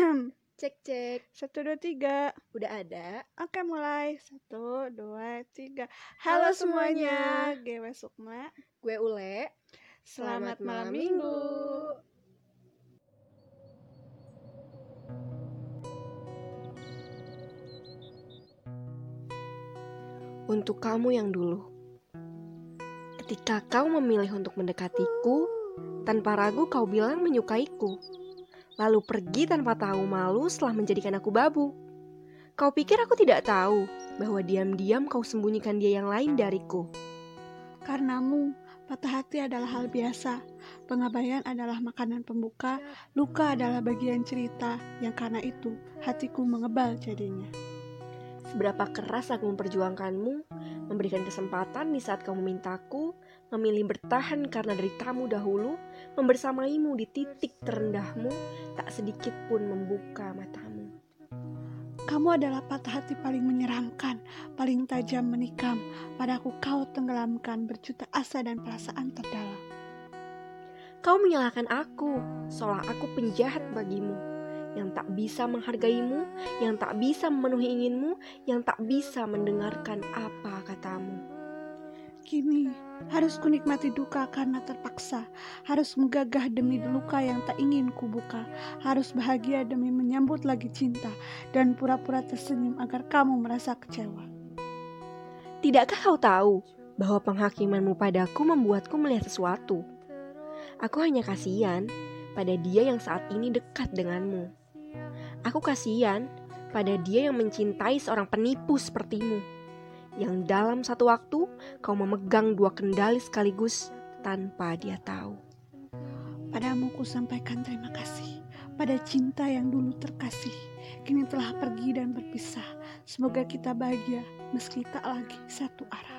Cek cek. 1, 2, 3. Udah ada. Oke, mulai. 1, 2, 3. Halo Halo semuanya. semuanya. Gue Sukma. Gue Ule. Selamat malam minggu. Untuk kamu yang dulu, ketika kau memilih untuk mendekatiku, tanpa ragu kau bilang menyukaiku, lalu pergi tanpa tahu malu setelah menjadikan aku babu. Kau pikir aku tidak tahu bahwa diam-diam kau sembunyikan dia yang lain dariku. Karenamu, patah hati adalah hal biasa. Pengabaian adalah makanan pembuka. Luka adalah bagian cerita. Yang karena itu, hatiku mengebal jadinya. Seberapa keras aku memperjuangkanmu, memberikan kesempatan di saat kau memintaku, memilih bertahan karena deritamu dahulu, membersamaimu di titik terendahmu, tak sedikit pun membuka matamu. Kamu adalah patah hati paling menyeramkan, paling tajam menikam. Padaku kau tenggelamkan berjuta asa dan perasaan terdalam. Kau menyalahkan aku, seolah aku penjahat bagimu, yang tak bisa menghargaimu, yang tak bisa memenuhi inginmu, yang tak bisa mendengarkan apa katamu. Kini, harus kunikmati duka karena terpaksa. Harus menggagah demi luka yang tak ingin kubuka. Harus bahagia demi menyambut lagi cinta. Dan pura-pura tersenyum agar kamu merasa kecewa. Tidakkah kau tahu bahwa penghakimanmu padaku membuatku melihat sesuatu? Aku hanya kasihan pada dia yang saat ini dekat denganmu. Aku kasihan pada dia yang mencintai seorang penipu sepertimu, yang dalam satu waktu kau memegang dua kendali sekaligus tanpa dia tahu. Padamu ku sampaikan terima kasih pada cinta yang dulu terkasih. Kini telah pergi dan berpisah. Semoga kita bahagia meski tak lagi satu arah.